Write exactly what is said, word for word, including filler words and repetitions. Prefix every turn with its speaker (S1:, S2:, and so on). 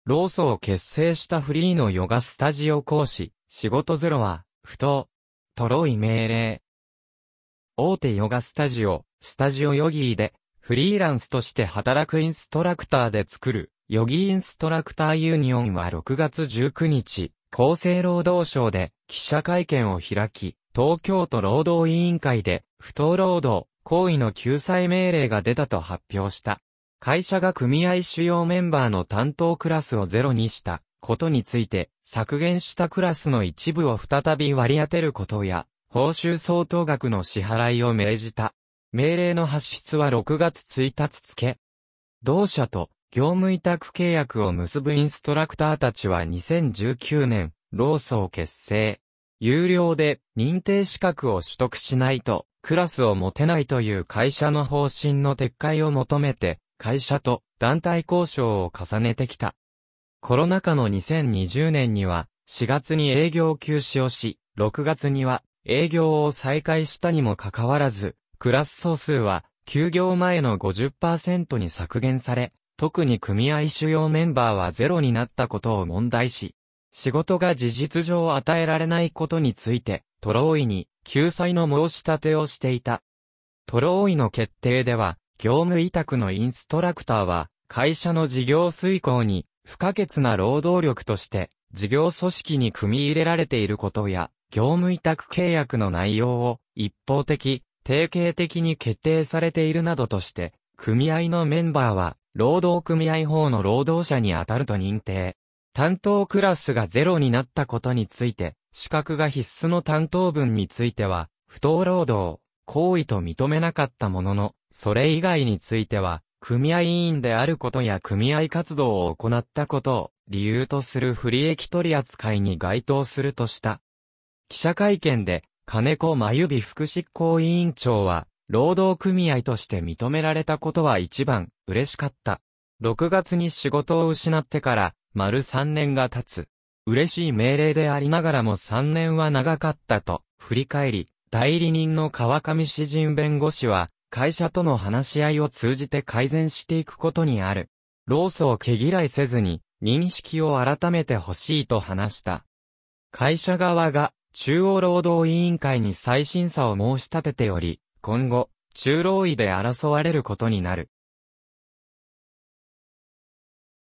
S1: 労組を結成したフリーのヨガスタジオ講師、仕事ゼロは、不当。トロイ命令。大手ヨガスタジオ、スタジオヨギーで、フリーランスとして働くインストラクターで作る、ヨギインストラクターユニオンはろくがつじゅうくにち、厚生労働省で記者会見を開き、東京都労働委員会で不当労働行為の救済命令が出たと発表した。会社が組合主要メンバーの担当クラスをゼロにしたことについて、削減したクラスの一部を再び割り当てることや、報酬相当額の支払いを命じた。命令の発出はろくがつついたち付。同社と業務委託契約を結ぶインストラクターたちはにせんじゅうきゅうねん、労組を結成。有料で認定資格を取得しないとクラスを持てないという会社の方針の撤回を求めて会社と団体交渉を重ねてきた。コロナ禍のにせんにじゅうねんにはしがつに営業休止をし、ろくがつには営業を再開したにもかかわらず、クラス総数は休業前の ごじゅっパーセント に削減され、特に組合主要メンバーはゼロになったことを問題視。仕事が事実上与えられないことについて、トローイに救済の申し立てをしていた。トローイの決定では、業務委託のインストラクターは、会社の事業遂行に不可欠な労働力として、事業組織に組み入れられていることや、業務委託契約の内容を一方的、定型的に決定されているなどとして、組合のメンバーは、労働組合法の労働者に当たると認定。担当クラスがゼロになったことについて、資格が必須の担当分については、不当労働行為と認めなかったものの、それ以外については、組合委員であることや組合活動を行ったことを理由とする不利益取扱いに該当するとした。記者会見で、金子真由美副執行委員長は、労働組合として認められたことは一番嬉しかった。ろくがつに仕事を失ってから、丸さんねんが経つ。嬉しい命令でありながらもさんねんは長かったと振り返り、代理人の川上詩人弁護士は、会社との話し合いを通じて改善していくことにある。労組を毛嫌いせずに、認識を改めてほしいと話した。会社側が、中央労働委員会に再審査を申し立てており、今後、中労委で争われることになる。